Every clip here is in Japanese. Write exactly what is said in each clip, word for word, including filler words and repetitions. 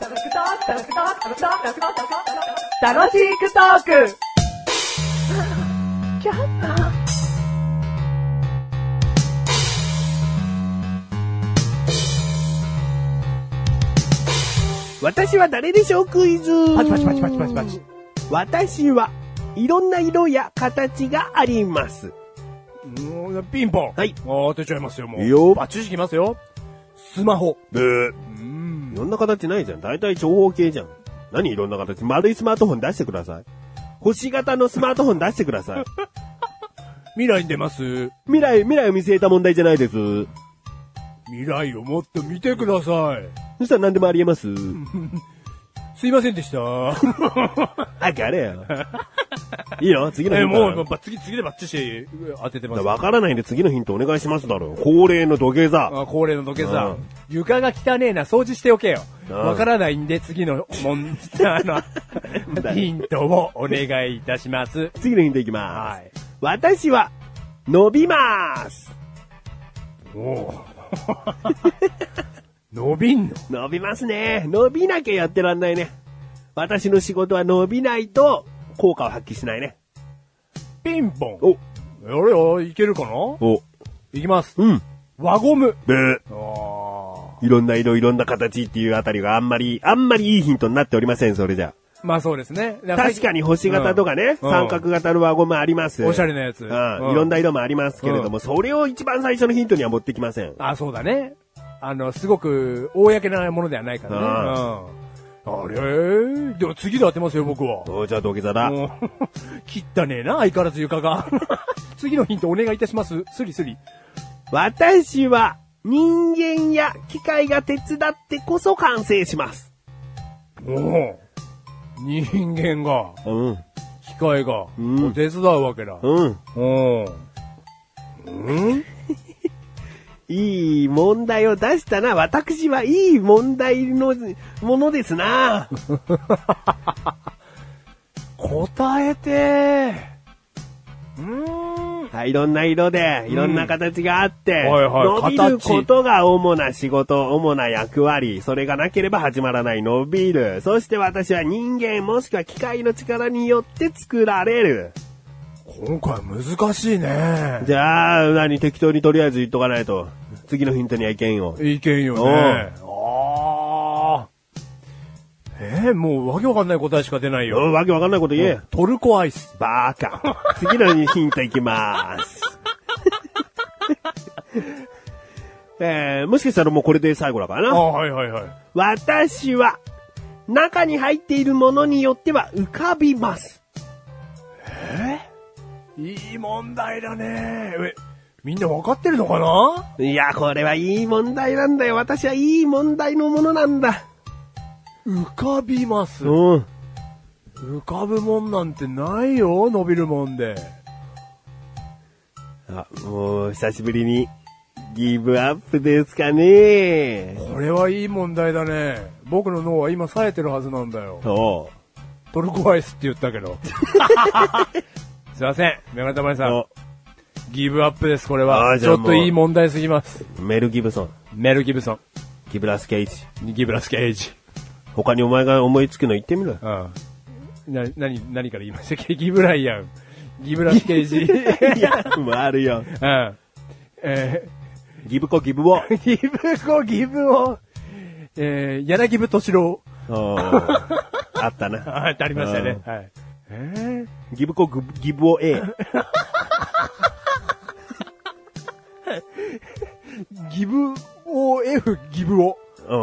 楽しくトーク私は誰でしょうクイズ。 パチパチパチパチパチパチ。 私はいろんな色や形があります。 うん、ピンポン。 はい。 あー、当てちゃいますよ、もう。 いいよ。 バッチリいきますよ。スマホ。 ブー。うん。いろんな形ないじゃん。だいたい長方形じゃん。何いろんな形。丸いスマートフォン出してください。星型のスマートフォン出してください。 未来に出ます。 未来、未来を見据えた問題じゃないです。 未来をもっと見てください。 そしたら何でもありえます。 すいませんでした。 あ、かれよ。いいよ、次のヒント。 えー、もう、次、次でバッチシ当ててます。 わからないんで次のヒントお願いしますだろう。恒例の土下座。 あ、恒例の土下座。床が汚ねえな、掃除しておけよ。わからないんで次のもん、あの、ヒントをお願いいたします。 次のヒントいきます。 はい。 私は、伸びまーす。 おー。伸びんの？ 伸びますね。伸びなきゃやってらんないね。私の仕事は伸びないと効果を発揮しないね。 ピンポン。 お、 あれよ、いけるかな？ お、 いきます。 うん。 輪ゴム。 ブー。 あいろんな色、いろんな形っていうあたりがあんまり、あんまりいいヒントになっておりません、それじゃ。 まあそうですね。 確かに星型とかね、うん、三角型の輪ゴムあります。 おしゃれなやつ。うん。 いろんな色もありますけれども、うん、それを一番最初のヒントには持ってきません。 あ、そうだね。あの、すごく、公なものではないからね。うん。あれでも次で当てますよ、僕は。 お、じゃあ土下座だ。 切ったねえな、相変わらず床が。次のヒントお願いいたします。スリスリ。 私は、人間や機械が手伝ってこそ完成します。 おお。人間が、 うん。 機械が、 うん、 手伝うわけだ。 うん。 うん。うんいい問題を出したな。私はいい問題のものですな。 答えてー。うーん。 はい、いろんな色で、いろんな形があって、 うん、はいはい、 伸びることが主な仕事、主な役割、それがなければ始まらない伸びる。そして私は人間もしくは機械の力によって作られる。 今回難しいね。 じゃあ、何適当にとりあえず言っとかないと。次のヒントにはいけんよ。 いけんよね。ああ。えー、もうわけわかんない答えしか出ないよ。 わけわかんないこと言え。 トルコアイス。 バーカ。次のヒントいきまーす。えー、もしかしたらもうこれで最後だからな。 あ、はいはいはい。 私は、中に入っているものによっては浮かびます。 えーいい問題だね。え、みんな分かってるのかな？ いや、これはいい問題なんだよ。私はいい問題のものなんだ。 浮かびます。 うん。 浮かぶもんなんてないよ、伸びるもんで。 あ、もう久しぶりにギブアップですかね。 これはいい問題だね。僕の脳は今冴えてるはずなんだよ。 そう。 トルコアイスって言ったけど。すいません、メガネたまりさん。ギブアップです、これは。ちょっといい問題すぎます。 メル・ギブソン。 メル・ギブソン。 ギブラス・ケイジ。 ギブラス・ケイジ。 他にお前が思いつくの言ってみろよ。 うん。な、なに、何から言いましたっけ？ギブライアン。ギブラス・ケイジ。いや、もうあるよ。 うん。えー、ギブコ・ギブオ。 ギブコ・ギブオ。えー、柳部敏郎。 あったな。 あ、ありましたね。はい。えー、ギブコグギブオ A ギブ オーエフ ギブオ。 うん。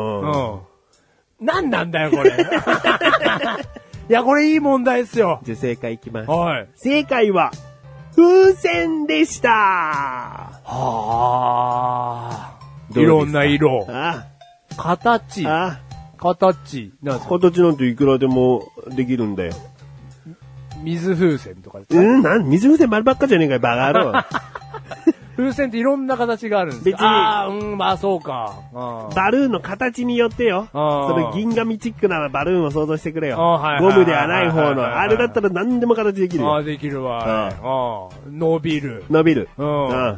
何なんだよこれ。いやこれいい問題ですよ。 じゃあ正解いきます。 はい。 正解は風船でした。 はあ。いろんな色。 ああ。形。 あ。 形。なんですか？ 形なんていくらでもできるんだよ。 水風船とかですか？ うん、なん水風船丸ばっかじゃねえかよ、バカ野郎。 風船っていろんな形があるんですか？別に。ああ、うん、まあそうか。 バルーンの形によってよ。その銀紙チックなバルーンを想像してくれよ。ゴムではない方の。あれだったら何でも形できるよ。 ああ、できるわ。ああ、伸びる。 伸びる。 うん。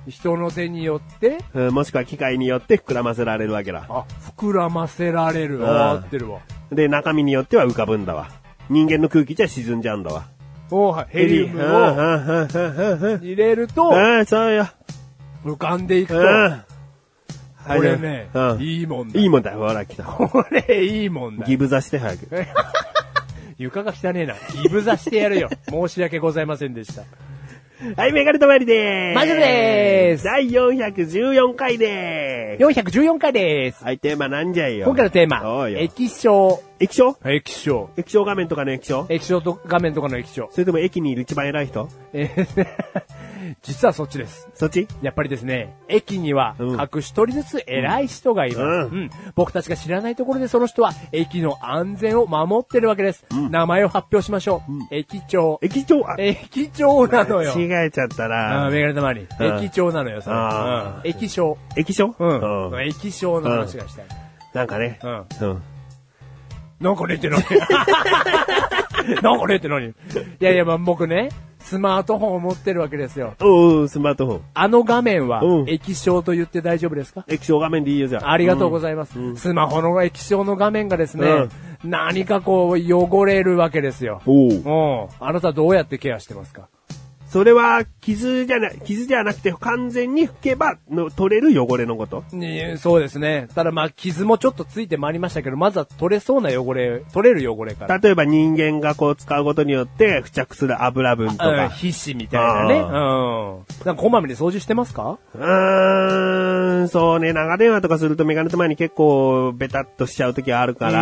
人の手によって、 うん、もしくは機械によって膨らませられるわけだ。 あ、膨らませられる。 うん合ってるわ。 で、中身によっては浮かぶんだわ。人間の空気じゃ沈んじゃうんだわ。 おはい、ヘリウムを入れると、 ああ、そうよ。 浮かんでいくと。これね、 うん、 いいもんだ。 いいもんだよ、ほら来た。 これいいもんだ。 ギブザして早く。 床が汚ねえな。ギブザしてやるよ。申し訳ございませんでした。 はい、メガネとマリでーす。 マジでーす。 だいよんひゃくじゅうよんかいでーす。 よんひゃくじゅうよんかいでーす。 はい、テーマなんじゃいよ。 今回のテーマ、液晶。 液晶液晶。 液晶画面とかの液晶液晶と画面とかの液晶。 それとも駅にいる一番偉い人えー、実はそっちです。 そっちやっぱりですね、駅には各一人ずつ偉い人がいます、うんうん。僕たちが知らないところでその人は駅の安全を守ってるわけです。うん、名前を発表しましょう。うん、駅長。 駅長駅長なのよ。 違えちゃったな。 あメガネたまに。駅長なのよ、それ。うん、駅長。 駅長うん。うん、駅長の話がしたい。 なんかね。 うん。うん。なんかねって何なんかねって何いやいや、まあ、僕ね、スマートフォンを持ってるわけですよ。 おー、スマートフォン。 あの画面は、液晶と言って大丈夫ですか？ 液晶画面でいいよ、じゃあ。 ありがとうございます。うん、スマホの液晶の画面がですね、うん、何かこう、汚れるわけですよ。 おー。 うん。あなたどうやってケアしてますか？ それは、傷じゃな、傷じゃなくて完全に拭けばの取れる汚れのことね、そうですね。ただまあ、傷もちょっとついてまいりましたけど、まずは取れそうな汚れ、取れる汚れから。 例えば人間がこう使うことによって付着する油分とか。 皮脂みたいなね。うん。なんかこまめに掃除してますか？ うーん、そうね、長電話とかするとメガネと前に結構ベタっとしちゃう時あるから、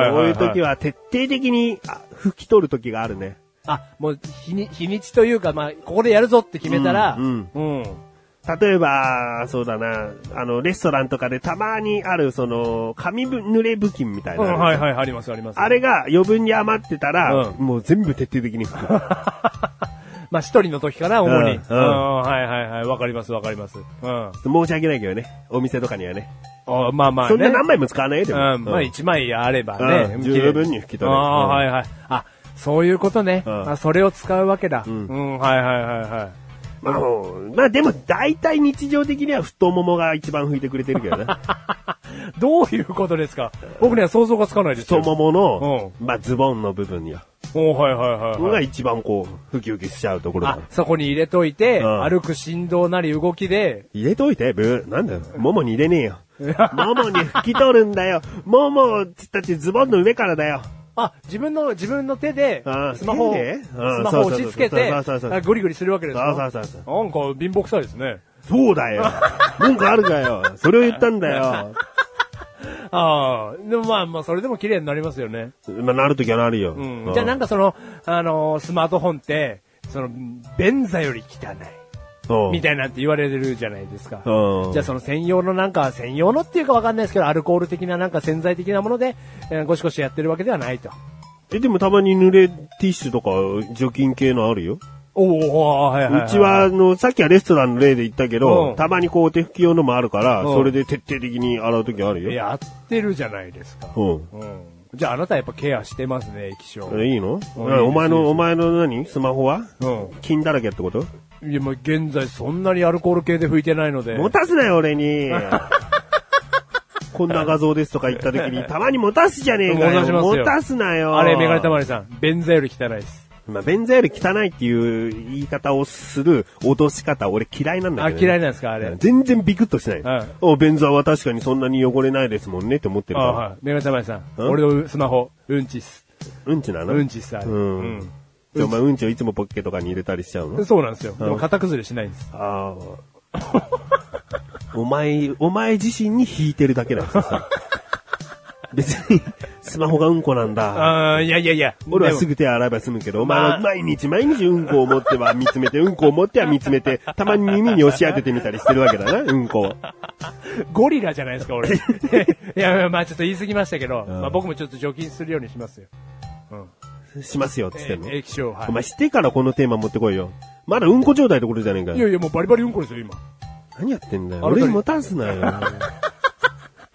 そういう時は徹底的に拭き取る時があるね。 あ、もう日に、日にちというか、まあ、ここでやるぞって決めたら、うん、うん。うん。 例えば、そうだな、あの、レストランとかでたまにある、その、紙濡れ布巾みたいな、うん。 はいはい、あります、あります。 あれが余分に余ってたら、うん、もう全部徹底的に拭く。 まあ、一人の時かな、主に。うん、うん、はいはいはい、わかります、わかります。うん。 申し訳ないけどね、お店とかにはね。 あまあまあね。 そんな何枚も使わないでも。 うん、まあ一枚あればね。 うん、十分に拭き取れる。 ああ、はいはい。あ、そういうことね。うん、あそれを使うわけだ。うん、うん、はいはいはいはい。 まあ、まあでも大体日常的には太ももが一番拭いてくれてるけどね。 どういうことですか？僕には想像がつかないですよ。 太ももの、うん、まあズボンの部分よ。 おはいはいはい、はい。 が一番こう、ふきふきしちゃうところだ。 あ、そこに入れといて、うん、歩く振動なり動きで。 入れといてブー。なんだよ。ももに入れねえよ。ももに拭き取るんだよ。ももつったってズボンの上からだよ。 あ、自分の、自分の手で、スマホを、スマホを押し付けて、ゴリゴリするわけですか？ そうそうそう。 なんか貧乏くさいですね。 そうだよ。文句あるかよ。それを言ったんだよ。 ああ、でもまあまあ、それでも綺麗になりますよね。 まあ、なるときはなるよ。 うん。じゃあなんかその、あのー、スマートフォンって、その、便座より汚い。みたいなんて言われるじゃないですか。じゃあその専用のなんか、専用のっていうかわかんないですけど、アルコール的ななんか洗剤的なもので、えー、ゴシゴシやってるわけではないと。 え、でもたまに濡れティッシュとか除菌系のあるよ。 おおはいはい、はい。 うちは、あの、さっきはレストランの例で言ったけど、たまにこう手拭き用のもあるから、それで徹底的に洗うときあるよ。 やってるじゃないですか。うん。うん。じゃああなたやっぱケアしてますね、液晶。 え、いいの？うん、お前の、お前の何スマホはうん。菌だらけってこと？ いや、もう現在そんなにアルコール系で拭いてないので。 持たすなよ、俺に。こんな画像ですとか言った時に、たまに持たすじゃねえかよ。持たすなよ。 あれ、メガネたまりさん、便座より汚いです。 まあ、便座より汚いっていう言い方をする脅し方、俺嫌いなんだけど、ね。 あ、嫌いなんですかあれ。 全然ビクッとしない。はい、お、便座は確かにそんなに汚れないですもんねって思ってるから。あ、 はい。メガネたまりさん、俺のスマホ、うんちっす。 うんちなの？ うんちっす、あれ。うん。 うんでお前うんちをいつもポッケとかに入れたりしちゃうの？ そうなんですよ。でも型崩れしないんです。ああ。お前、お前自身に引いてるだけなんですよ。別に、スマホがうんこなんだ。 ああ、いやいやいや。 俺はすぐ手洗えば済むけど、お前は毎日毎日うんこを持っては見つめて、うんこを持っては見つめて、たまに耳に押し当ててみたりしてるわけだな、うんこ。 ゴリラじゃないですか、俺。いや、まあちょっと言い過ぎましたけど、まあ僕もちょっと除菌するようにしますよ。 うん。しますよ、つってんの。 えー、液晶、はい。 お前してからこのテーマ持ってこいよ。まだうんこ状態ってことじゃねえかよ。 いやいや、もうバリバリうんこですよ、今。 何やってんだよ。俺に持たすなよ。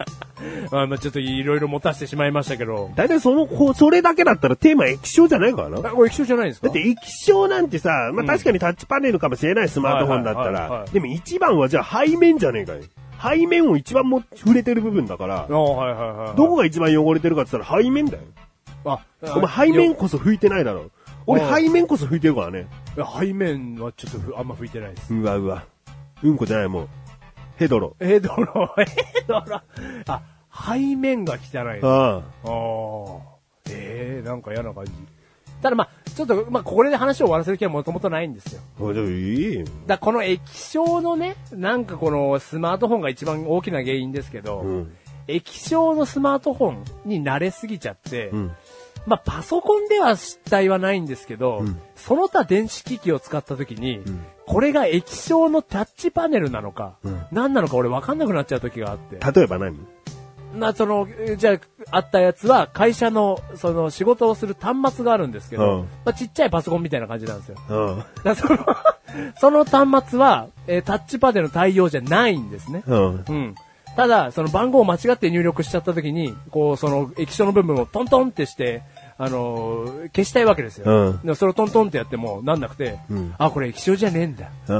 あまあちょっといろいろ持たせてしまいましたけど。 だいたいその、それだけだったらテーマ液晶じゃないからな。 これ液晶じゃないんですか？ だって液晶なんてさ、まあ確かにタッチパネルかもしれない、スマートフォンだったら。でも一番はじゃあ背面じゃねえかよ。背面を一番も触れてる部分だから。 あはいはいはい。 どこが一番汚れてるかって言ったら背面だよ。あ、お前背面こそ拭いてないだろ。俺背面こそ拭いてるからね。 背面はちょっとあんま拭いてないです。 うわうわ。うんこじゃないもう。ヘドロ。 ヘドロ、ヘドロ。あ、背面が汚い。ああ。ええー、なんか嫌な感じ。ただまあ、ちょっと、まあ、これで話を終わらせる気はもともとないんですよ。 あ、じゃあいいだこの液晶のね、なんかこのスマートフォンが一番大きな原因ですけど、うん、液晶のスマートフォンに慣れすぎちゃって、うん、まあ、パソコンでは失態はないんですけど、うん、その他電子機器を使った時に、うん、これが液晶のタッチパネルなのか、うん、何なのか俺分かんなくなっちゃう時があって。 例えば何？ まあ、その、じゃあ、あったやつは、会社の、その、仕事をする端末があるんですけど、うん、まあ、ちっちゃいパソコンみたいな感じなんですよ。うん、だその、その端末は、えー、タッチパネルの対応じゃないんですね。うん。うん。ただ、その番号を間違って入力しちゃった時に、こう、その、液晶の部分をトントンってして、あのー、消したいわけですよ。うん、でそれをトントンってやってもなんなくて、うん、あ、これ液晶じゃねえんだ。うん、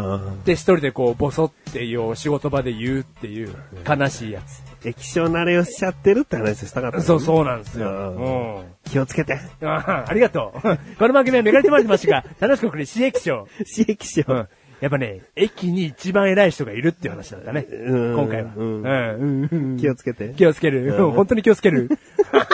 で、一人でこう、ボソっていう仕事場で言うっていう悲しいやつ。 液晶慣れをしちゃってるって話したかった、ね。 そう、そうなんですよ。 うん、気をつけて。 あ, ありがとう。この番組はめがれてまいりましたが、楽しく送る C 液晶。 C 液晶。うんやっぱね、駅に一番偉い人がいるっていう話だったね。今回は、うんうん。気をつけて。 気をつける。うん、本当に気をつける。